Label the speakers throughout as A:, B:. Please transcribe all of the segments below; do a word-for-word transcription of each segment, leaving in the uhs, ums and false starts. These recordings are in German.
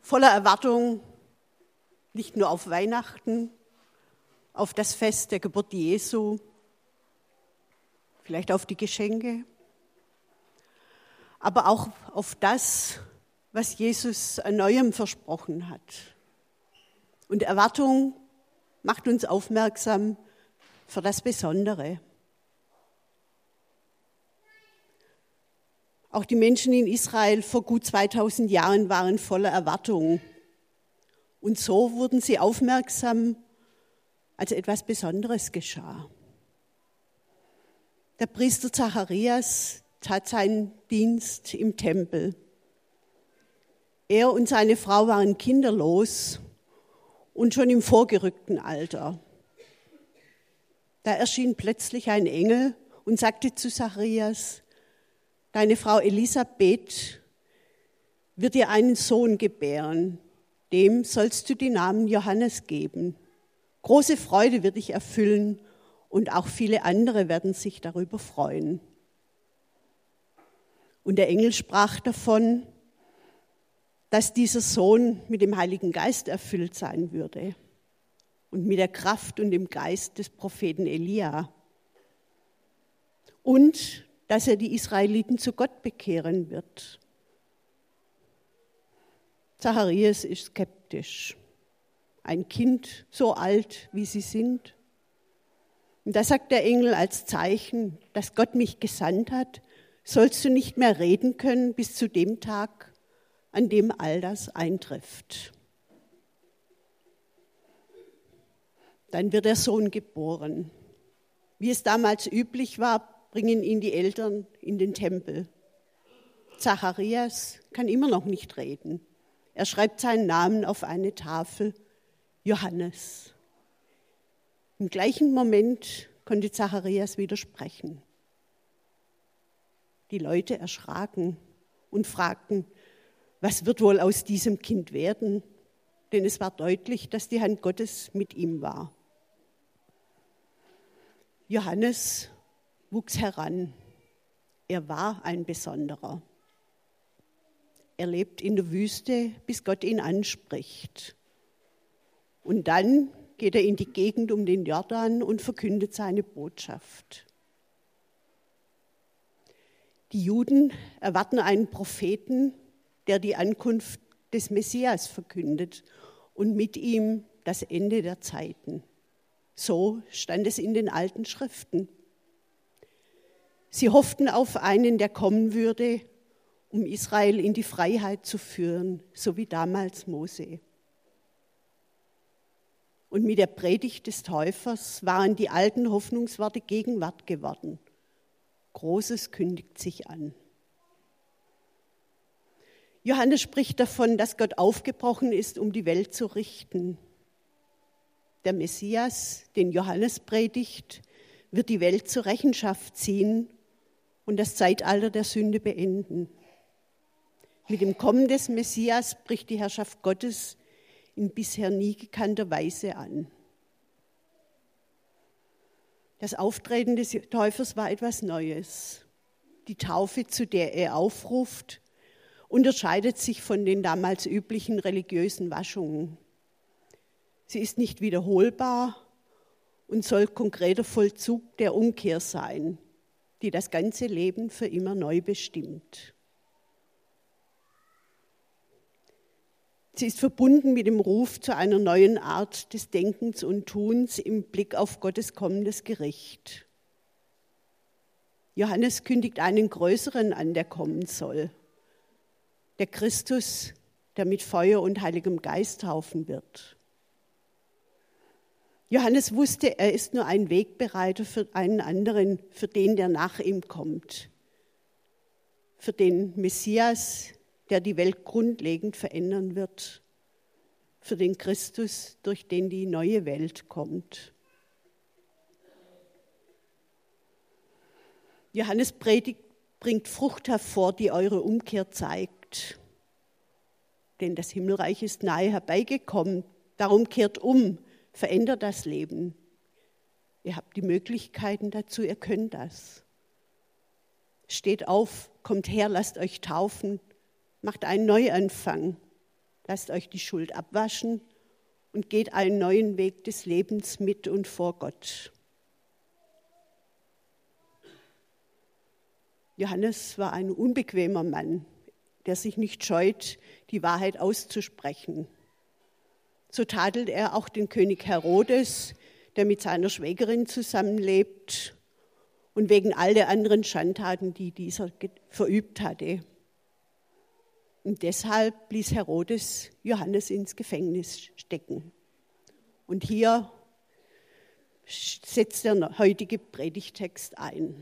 A: voller Erwartung, nicht nur auf Weihnachten, auf das Fest der Geburt Jesu, vielleicht auf die Geschenke, aber auch auf das, was Jesus an Neuem versprochen hat. Und Erwartung macht uns aufmerksam für das Besondere. Auch die Menschen in Israel vor gut zweitausend Jahren waren voller Erwartung. Und so wurden sie aufmerksam, als etwas Besonderes geschah. Der Priester Zacharias tat seinen Dienst im Tempel. Er und seine Frau waren kinderlos und schon im vorgerückten Alter. Da erschien plötzlich ein Engel und sagte zu Zacharias: Deine Frau Elisabeth wird dir einen Sohn gebären, dem sollst du den Namen Johannes geben. Große Freude wird dich erfüllen und auch viele andere werden sich darüber freuen. Und der Engel sprach davon, dass dieser Sohn mit dem Heiligen Geist erfüllt sein würde und mit der Kraft und dem Geist des Propheten Elia. Und dass er die Israeliten zu Gott bekehren wird. Zacharias ist skeptisch. Ein Kind so alt, wie sie sind. Und da sagt der Engel als Zeichen, dass Gott mich gesandt hat, sollst du nicht mehr reden können bis zu dem Tag, an dem all das eintrifft. Dann wird der Sohn geboren. Wie es damals üblich war, bringen ihn die Eltern in den Tempel. Zacharias kann immer noch nicht reden. Er schreibt seinen Namen auf eine Tafel, Johannes. Im gleichen Moment konnte Zacharias wieder sprechen. Die Leute erschraken und fragten, was wird wohl aus diesem Kind werden? Denn es war deutlich, dass die Hand Gottes mit ihm war. Johannes wuchs heran. Er war ein Besonderer. Er lebt in der Wüste, bis Gott ihn anspricht. Und dann geht er in die Gegend um den Jordan und verkündet seine Botschaft. Die Juden erwarten einen Propheten, der die Ankunft des Messias verkündet und mit ihm das Ende der Zeiten. So stand es in den alten Schriften. Sie hofften auf einen, der kommen würde, um Israel in die Freiheit zu führen, so wie damals Mose. Und mit der Predigt des Täufers waren die alten Hoffnungsworte Gegenwart geworden. Großes kündigt sich an. Johannes spricht davon, dass Gott aufgebrochen ist, um die Welt zu richten. Der Messias, den Johannes predigt, wird die Welt zur Rechenschaft ziehen und das Zeitalter der Sünde beenden. Mit dem Kommen des Messias bricht die Herrschaft Gottes in bisher nie gekannter Weise an. Das Auftreten des Täufers war etwas Neues. Die Taufe, zu der er aufruft, unterscheidet sich von den damals üblichen religiösen Waschungen. Sie ist nicht wiederholbar und soll konkreter Vollzug der Umkehr sein, die das ganze Leben für immer neu bestimmt. Sie ist verbunden mit dem Ruf zu einer neuen Art des Denkens und Tuns im Blick auf Gottes kommendes Gericht. Johannes kündigt einen Größeren an, der kommen soll. Der Christus, der mit Feuer und Heiligem Geist taufen wird. Johannes wusste, er ist nur ein Wegbereiter für einen anderen, für den, der nach ihm kommt. Für den Messias, der die Welt grundlegend verändern wird. Für den Christus, durch den die neue Welt kommt. Johannes Predigt bringt Frucht hervor, die eure Umkehr zeigt. Denn das Himmelreich ist nahe herbeigekommen. Darum kehrt um, verändert das Leben. Ihr habt die Möglichkeiten dazu, ihr könnt das. Steht auf, kommt her, lasst euch taufen, macht einen Neuanfang. lasst euch die Schuld abwaschen und geht einen neuen Weg des Lebens mit und vor Gott. Johannes war ein unbequemer Mann, der sich nicht scheut, die Wahrheit auszusprechen. So tadelt er auch den König Herodes, der mit seiner Schwägerin zusammenlebt und wegen all der anderen Schandtaten, die dieser verübt hatte. Und deshalb ließ Herodes Johannes ins Gefängnis stecken. Und hier setzt der heutige Predigtext ein.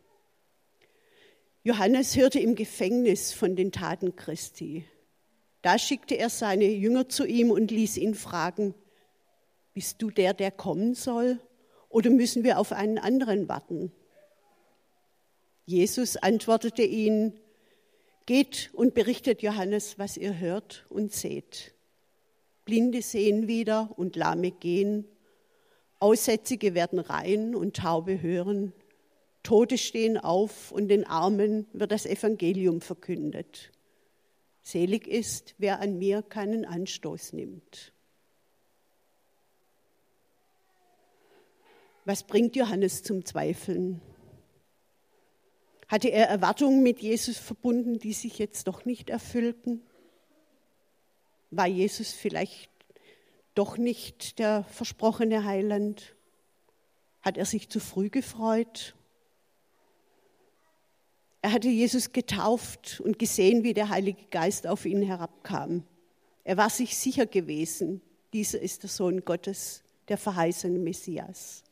A: Johannes hörte im Gefängnis von den Taten Christi. Da schickte er seine Jünger zu ihm und ließ ihn fragen, bist du der, der kommen soll, oder müssen wir auf einen anderen warten? Jesus antwortete ihnen, geht und berichtet Johannes, was ihr hört und seht. Blinde sehen wieder und Lahme gehen, Aussätzige werden rein und Taube hören, Tote stehen auf und den Armen wird das Evangelium verkündet. Selig ist, wer an mir keinen Anstoß nimmt. Was bringt Johannes zum Zweifeln? Hatte er Erwartungen mit Jesus verbunden, die sich jetzt doch nicht erfüllten? War Jesus vielleicht doch nicht der versprochene Heiland? Hat er sich zu früh gefreut? Er hatte Jesus getauft und gesehen, wie der Heilige Geist auf ihn herabkam. Er war sich sicher gewesen, dieser ist der Sohn Gottes, der verheißene Messias.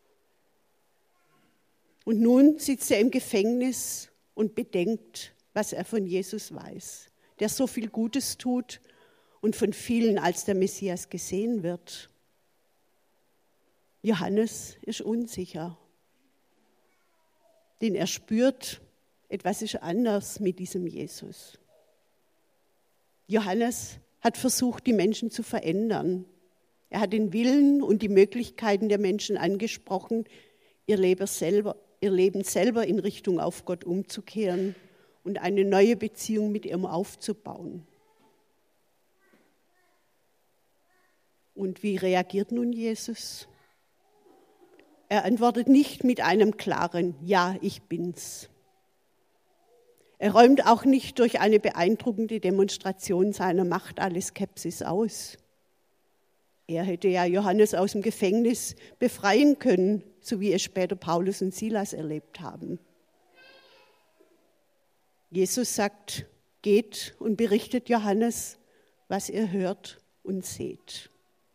A: Und nun sitzt er im Gefängnis und bedenkt, was er von Jesus weiß, der so viel Gutes tut und von vielen als der Messias gesehen wird. Johannes ist unsicher, denn er spürt, etwas ist anders mit diesem Jesus. Johannes hat versucht, die Menschen zu verändern. Er hat den Willen und die Möglichkeiten der Menschen angesprochen, ihr Leben selber, ihr Leben selber in Richtung auf Gott umzukehren und eine neue Beziehung mit ihm aufzubauen. Und wie reagiert nun Jesus? Er antwortet nicht mit einem klaren Ja, ich bin's. Er räumt auch nicht durch eine beeindruckende Demonstration seiner Macht alle Skepsis aus. Er hätte ja Johannes aus dem Gefängnis befreien können, so wie es später Paulus und Silas erlebt haben. Jesus sagt, geht und berichtet Johannes, was ihr hört und seht.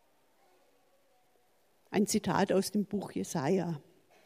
A: Ein Zitat aus dem Buch Jesaja.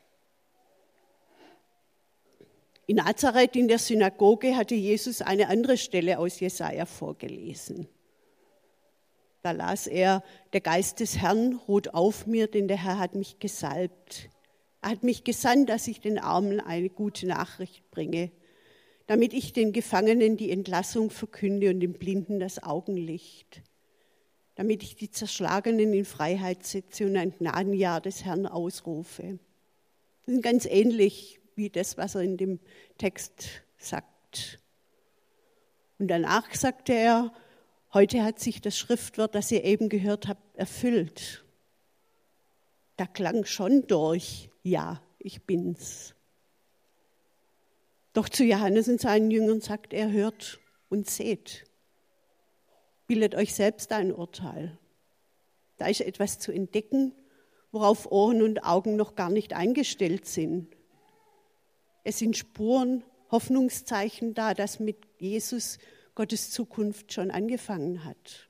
A: In Nazareth in der Synagoge hatte Jesus eine andere Stelle aus Jesaja vorgelesen. Da las er, der Geist des Herrn ruht auf mir, denn der Herr hat mich gesalbt. Er hat mich gesandt, dass ich den Armen eine gute Nachricht bringe, damit ich den Gefangenen die Entlassung verkünde und den Blinden das Augenlicht, damit ich die Zerschlagenen in Freiheit setze und ein Gnadenjahr des Herrn ausrufe. Das ist ganz ähnlich wie das, was er in dem Text sagt. Und danach sagte er, heute hat sich das Schriftwort, das ihr eben gehört habt, erfüllt. Da klang schon durch, ja, ich bin's. Doch zu Johannes und seinen Jüngern sagt er, hört und seht. Bildet euch selbst ein Urteil. Da ist etwas zu entdecken, worauf Ohren und Augen noch gar nicht eingestellt sind. Es sind Spuren, Hoffnungszeichen da, dass mit Jesus Gottes Zukunft schon angefangen hat.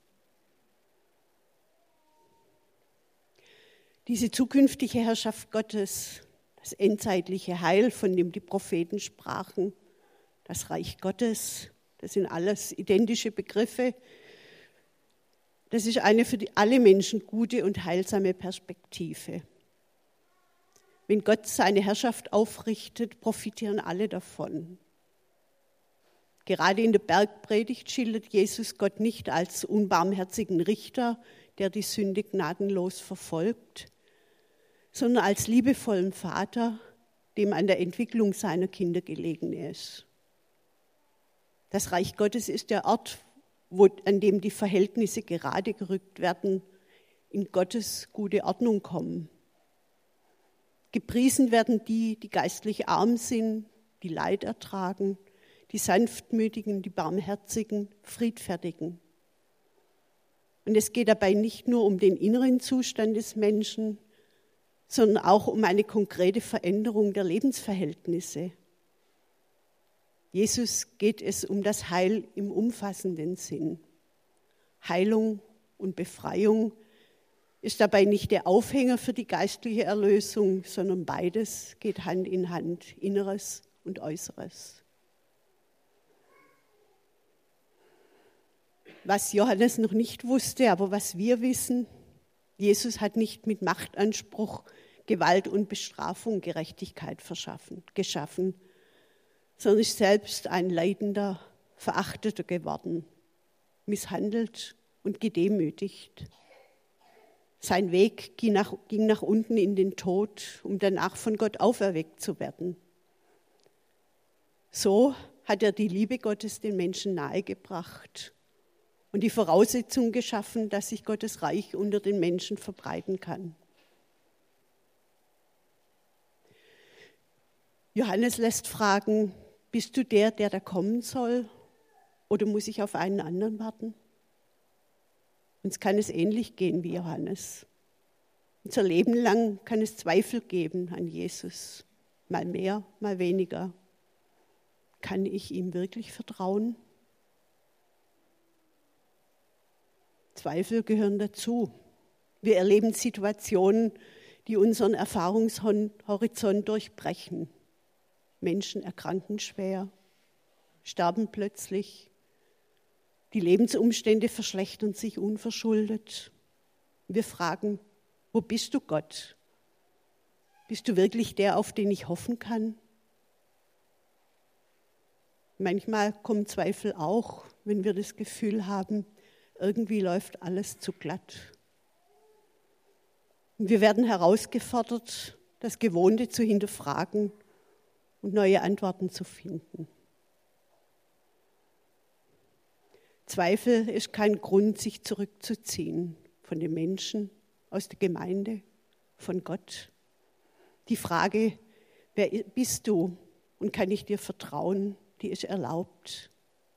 A: Diese zukünftige Herrschaft Gottes, das endzeitliche Heil, von dem die Propheten sprachen, das Reich Gottes, das sind alles identische Begriffe. Das ist eine für die, alle Menschen gute und heilsame Perspektive. Wenn Gott seine Herrschaft aufrichtet, profitieren alle davon. Gerade in der Bergpredigt schildert Jesus Gott nicht als unbarmherzigen Richter, der die Sünde gnadenlos verfolgt, sondern als liebevollen Vater, dem an der Entwicklung seiner Kinder gelegen ist. Das Reich Gottes ist der Ort, wo, an dem die Verhältnisse gerade gerückt werden, in Gottes gute Ordnung kommen. Gepriesen werden die, die geistlich arm sind, die Leid ertragen, die Sanftmütigen, die Barmherzigen, Friedfertigen. Und es geht dabei nicht nur um den inneren Zustand des Menschen, sondern auch um eine konkrete Veränderung der Lebensverhältnisse. Jesus geht es um das Heil im umfassenden Sinn. Heilung und Befreiung ist dabei nicht der Aufhänger für die geistliche Erlösung, sondern beides geht Hand in Hand, Inneres und Äußeres. Was Johannes noch nicht wusste, aber was wir wissen, Jesus hat nicht mit Machtanspruch, Gewalt und Bestrafung Gerechtigkeit verschaffen, geschaffen, sondern ist selbst ein Leidender, Verachteter geworden, misshandelt und gedemütigt. Sein Weg ging nach, ging nach unten in den Tod, um danach von Gott auferweckt zu werden. So hat er die Liebe Gottes den Menschen nahegebracht und die Voraussetzung geschaffen, dass sich Gottes Reich unter den Menschen verbreiten kann. Johannes lässt fragen, bist du der, der da kommen soll, oder muss ich auf einen anderen warten? Uns kann es ähnlich gehen wie Johannes. Unser Leben lang kann es Zweifel geben an Jesus, mal mehr, mal weniger. Kann ich ihm wirklich vertrauen? Zweifel gehören dazu. Wir erleben Situationen, die unseren Erfahrungshorizont durchbrechen. Menschen erkranken schwer, sterben plötzlich. Die Lebensumstände verschlechtern sich unverschuldet. Wir fragen, wo bist du, Gott? Bist du wirklich der, auf den ich hoffen kann? Manchmal kommen Zweifel auch, wenn wir das Gefühl haben, irgendwie läuft alles zu glatt. Und wir werden herausgefordert, das Gewohnte zu hinterfragen und neue Antworten zu finden. Zweifel ist kein Grund, sich zurückzuziehen von den Menschen, aus der Gemeinde, von Gott. Die Frage, wer bist du und kann ich dir vertrauen, die ist erlaubt.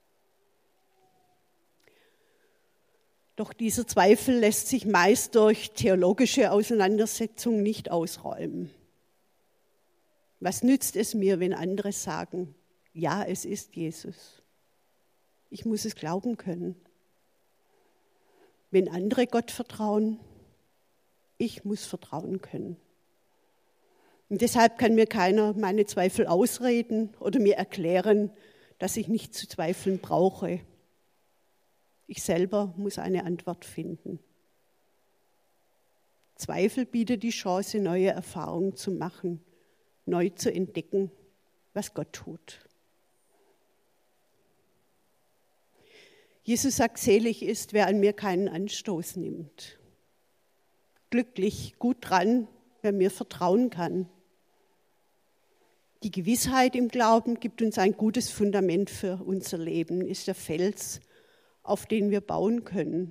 A: Doch dieser Zweifel lässt sich meist durch theologische Auseinandersetzungen nicht ausräumen. Was nützt es mir, wenn andere sagen, ja, es ist Jesus? Ich muss es glauben können. Wenn andere Gott vertrauen, ich muss vertrauen können. Und deshalb kann mir keiner meine Zweifel ausreden oder mir erklären, dass ich nicht zu zweifeln brauche. Ich selber muss eine Antwort finden. Zweifel bietet die Chance, neue Erfahrungen zu machen, neu zu entdecken, was Gott tut. Jesus sagt, selig ist, wer an mir keinen Anstoß nimmt. Glücklich, gut dran, wer mir vertrauen kann. Die Gewissheit im Glauben gibt uns ein gutes Fundament für unser Leben, ist der Fels, auf den wir bauen können.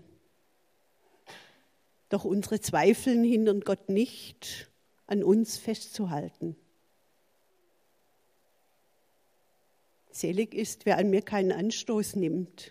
A: Doch unsere Zweifel hindern Gott nicht, an uns festzuhalten. Selig ist, wer an mir keinen Anstoß nimmt.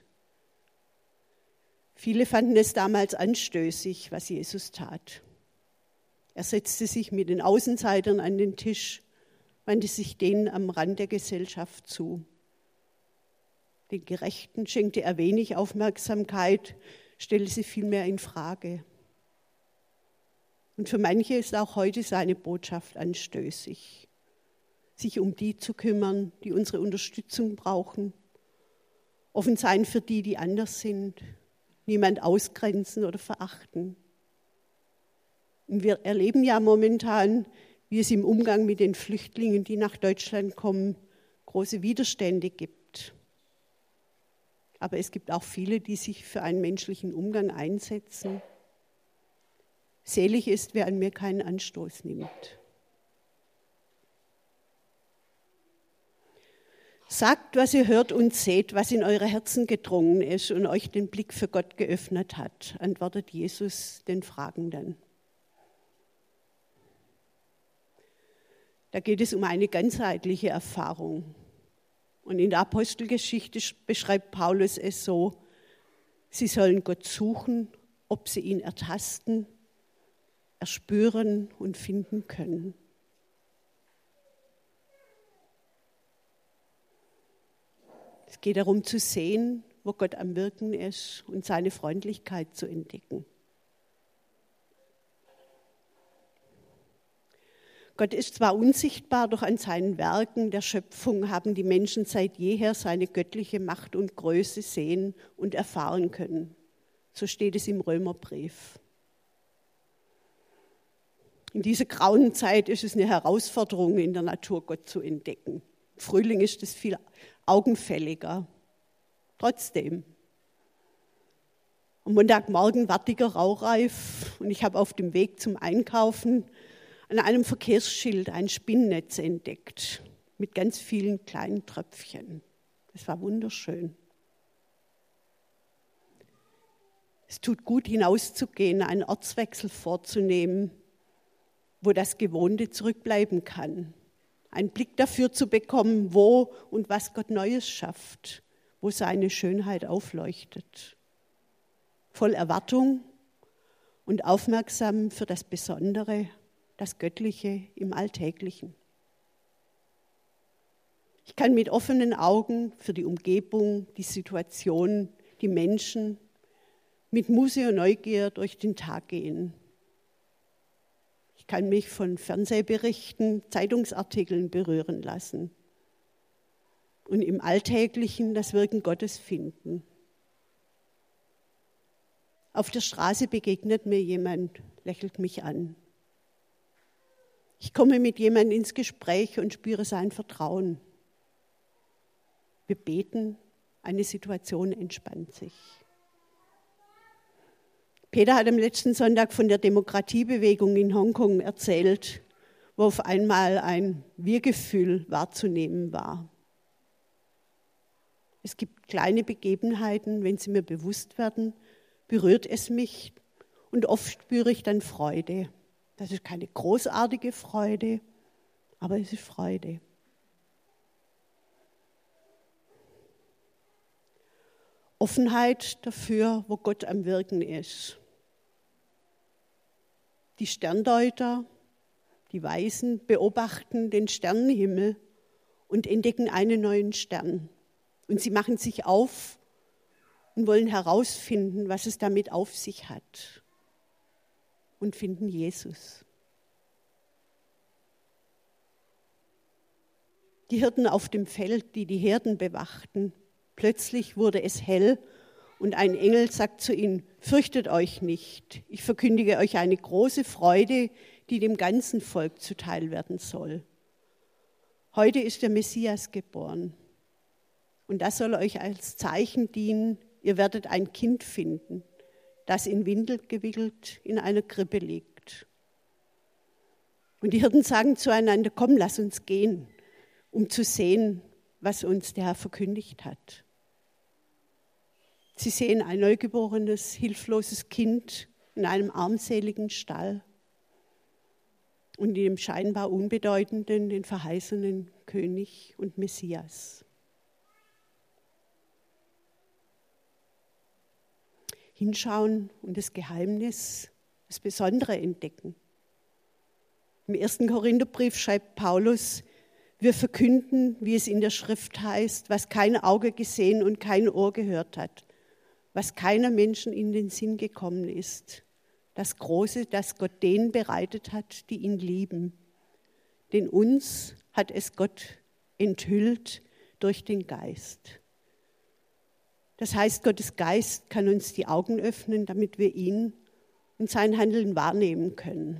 A: Viele fanden es damals anstößig, was Jesus tat. Er setzte sich mit den Außenseitern an den Tisch, wandte sich denen am Rand der Gesellschaft zu. Den Gerechten schenkte er wenig Aufmerksamkeit, stellte sie vielmehr in Frage. Und für manche ist auch heute seine Botschaft anstößig, sich um die zu kümmern, die unsere Unterstützung brauchen, offen sein für die, die anders sind, niemand ausgrenzen oder verachten. Und wir erleben ja momentan, wie es im Umgang mit den Flüchtlingen, die nach Deutschland kommen, große Widerstände gibt. Aber es gibt auch viele, die sich für einen menschlichen Umgang einsetzen. Selig ist, wer an mir keinen Anstoß nimmt. Sagt, was ihr hört und seht, was in eure Herzen gedrungen ist und euch den Blick für Gott geöffnet hat, antwortet Jesus den Fragenden. Da geht es um eine ganzheitliche Erfahrung. Und in der Apostelgeschichte beschreibt Paulus es so, sie sollen Gott suchen, ob sie ihn ertasten, erspüren und finden können. Es geht darum zu sehen, wo Gott am Wirken ist und seine Freundlichkeit zu entdecken. Gott ist zwar unsichtbar, doch an seinen Werken der Schöpfung haben die Menschen seit jeher seine göttliche Macht und Größe sehen und erfahren können. So steht es im Römerbrief. In dieser grauen Zeit ist es eine Herausforderung, in der Natur Gott zu entdecken. Im Frühling ist es viel augenfälliger. Trotzdem. Am Montagmorgen war dicker Rauchreif und ich habe auf dem Weg zum Einkaufen an einem Verkehrsschild ein Spinnennetz entdeckt mit ganz vielen kleinen Tröpfchen. Das war wunderschön. Es tut gut, hinauszugehen, einen Ortswechsel vorzunehmen, wo das Gewohnte zurückbleiben kann. Einen Blick dafür zu bekommen, wo und was Gott Neues schafft, wo seine Schönheit aufleuchtet. Voll Erwartung und aufmerksam für das Besondere, das Göttliche im Alltäglichen. Ich kann mit offenen Augen für die Umgebung, die Situation, die Menschen, mit Muße und Neugier durch den Tag gehen. Ich kann mich von Fernsehberichten, Zeitungsartikeln berühren lassen und im Alltäglichen das Wirken Gottes finden. Auf der Straße begegnet mir jemand, lächelt mich an. Ich komme mit jemandem ins Gespräch und spüre sein Vertrauen. Wir beten, eine Situation entspannt sich. Peter hat am letzten Sonntag von der Demokratiebewegung in Hongkong erzählt, wo auf einmal ein Wir-Gefühl wahrzunehmen war. Es gibt kleine Begebenheiten, wenn sie mir bewusst werden, berührt es mich und oft spüre ich dann Freude. Das ist keine großartige Freude, aber es ist Freude. Offenheit dafür, wo Gott am Wirken ist. Die Sterndeuter, die Weisen, beobachten den Sternenhimmel und entdecken einen neuen Stern. Und sie machen sich auf und wollen herausfinden, was es damit auf sich hat. Und finden Jesus. Die Hirten auf dem Feld, die die Herden bewachten, plötzlich wurde es hell und ein Engel sagt zu ihnen, fürchtet euch nicht, ich verkündige euch eine große Freude, die dem ganzen Volk zuteil werden soll. Heute ist der Messias geboren und das soll euch als Zeichen dienen, ihr werdet ein Kind finden, das in Windel gewickelt in einer Krippe liegt. Und die Hirten sagen zueinander, komm, lass uns gehen, um zu sehen, was uns der Herr verkündigt hat. Sie sehen ein neugeborenes, hilfloses Kind in einem armseligen Stall und in dem scheinbar unbedeutenden, den verheißenen König und Messias. Hinschauen und das Geheimnis, das Besondere entdecken. Im ersten Korintherbrief schreibt Paulus, wir verkünden, wie es in der Schrift heißt, was kein Auge gesehen und kein Ohr gehört hat, was keiner Menschen in den Sinn gekommen ist. Das Große, das Gott denen bereitet hat, die ihn lieben. Denn uns hat es Gott enthüllt durch den Geist. Das heißt, Gottes Geist kann uns die Augen öffnen, damit wir ihn und sein Handeln wahrnehmen können.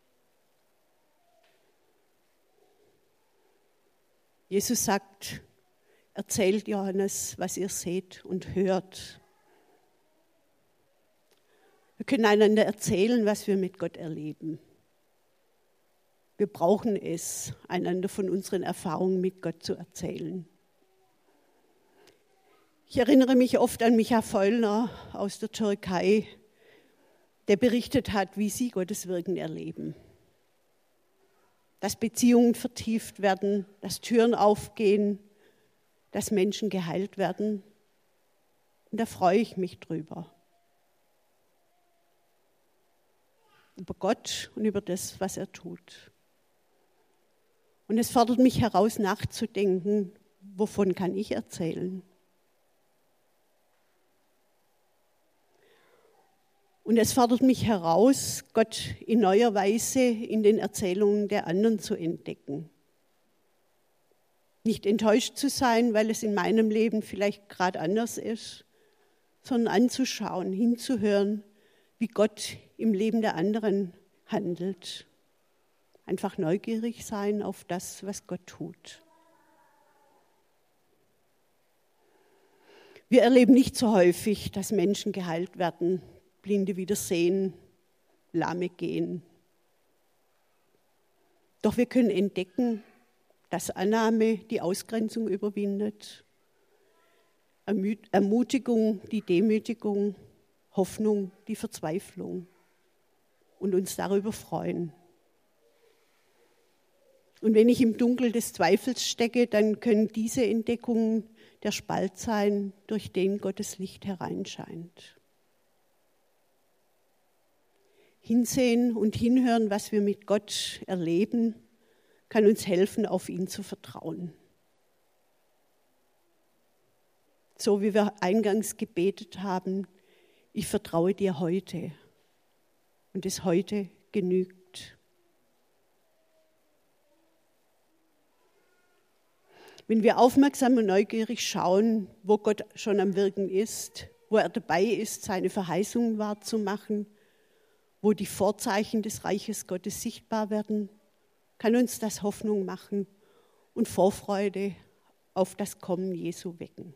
A: Jesus sagt, erzählt Johannes, was ihr seht und hört. Wir können einander erzählen, was wir mit Gott erleben. Wir brauchen es, einander von unseren Erfahrungen mit Gott zu erzählen. Ich erinnere mich oft an Micha Feulner aus der Türkei, der berichtet hat, wie sie Gottes Wirken erleben. Dass Beziehungen vertieft werden, dass Türen aufgehen, dass Menschen geheilt werden. Und da freue ich mich drüber. Über Gott und über das, was er tut. Und es fordert mich heraus, nachzudenken, wovon kann ich erzählen? Und es fordert mich heraus, Gott in neuer Weise in den Erzählungen der anderen zu entdecken. Nicht enttäuscht zu sein, weil es in meinem Leben vielleicht gerade anders ist, sondern anzuschauen, hinzuhören, wie Gott im Leben der anderen handelt. Einfach neugierig sein auf das, was Gott tut. Wir erleben nicht so häufig, dass Menschen geheilt werden, Blinde wieder sehen, Lahme gehen. Doch wir können entdecken, dass Annahme die Ausgrenzung überwindet, Ermutigung die Demütigung, Hoffnung die Verzweiflung und uns darüber freuen. Und wenn ich im Dunkel des Zweifels stecke, dann können diese Entdeckungen der Spalt sein, durch den Gottes Licht hereinscheint. Hinsehen und hinhören, was wir mit Gott erleben, kann uns helfen, auf ihn zu vertrauen. So wie wir eingangs gebetet haben, ich vertraue dir heute. Und das heute genügt. Wenn wir aufmerksam und neugierig schauen, wo Gott schon am Wirken ist, wo er dabei ist, seine Verheißungen wahrzumachen, wo die Vorzeichen des Reiches Gottes sichtbar werden, kann uns das Hoffnung machen und Vorfreude auf das Kommen Jesu wecken.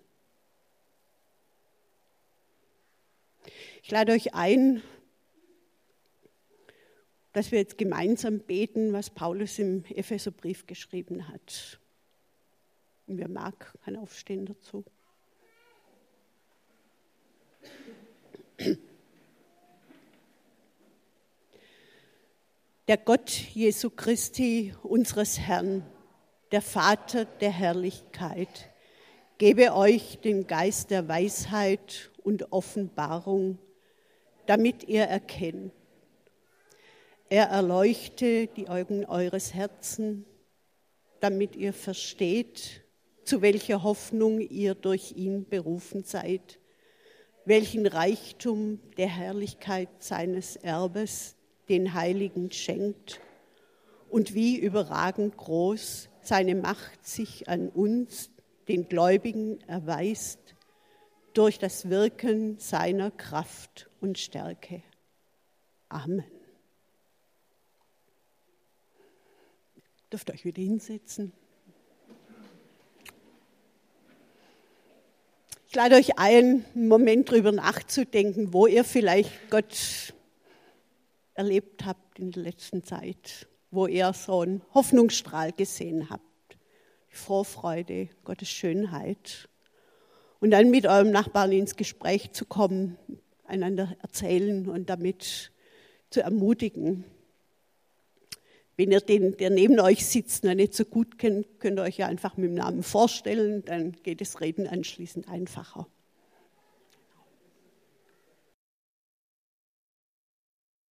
A: Ich lade euch ein, dass wir jetzt gemeinsam beten, was Paulus im Epheserbrief geschrieben hat. Und wer mag, kann aufstehen dazu. Der Gott Jesu Christi, unseres Herrn, der Vater der Herrlichkeit, gebe euch den Geist der Weisheit und Offenbarung, damit ihr erkennt. Er erleuchte die Augen eures Herzens, damit ihr versteht, zu welcher Hoffnung ihr durch ihn berufen seid, welchen Reichtum der Herrlichkeit seines Erbes den Heiligen schenkt und wie überragend groß seine Macht sich an uns, den Gläubigen, erweist durch das Wirken seiner Kraft und Stärke. Amen. Ihr dürft euch wieder hinsetzen. Ich lade euch ein, einen Moment drüber nachzudenken, wo ihr vielleicht Gott erlebt habt in der letzten Zeit, wo ihr so einen Hoffnungsstrahl gesehen habt, die Vorfreude, Gottes Schönheit. Und dann mit eurem Nachbarn ins Gespräch zu kommen, einander erzählen und damit zu ermutigen. Wenn ihr den, der neben euch sitzt, noch nicht so gut kennt, könnt ihr euch ja einfach mit dem Namen vorstellen, dann geht das Reden anschließend einfacher.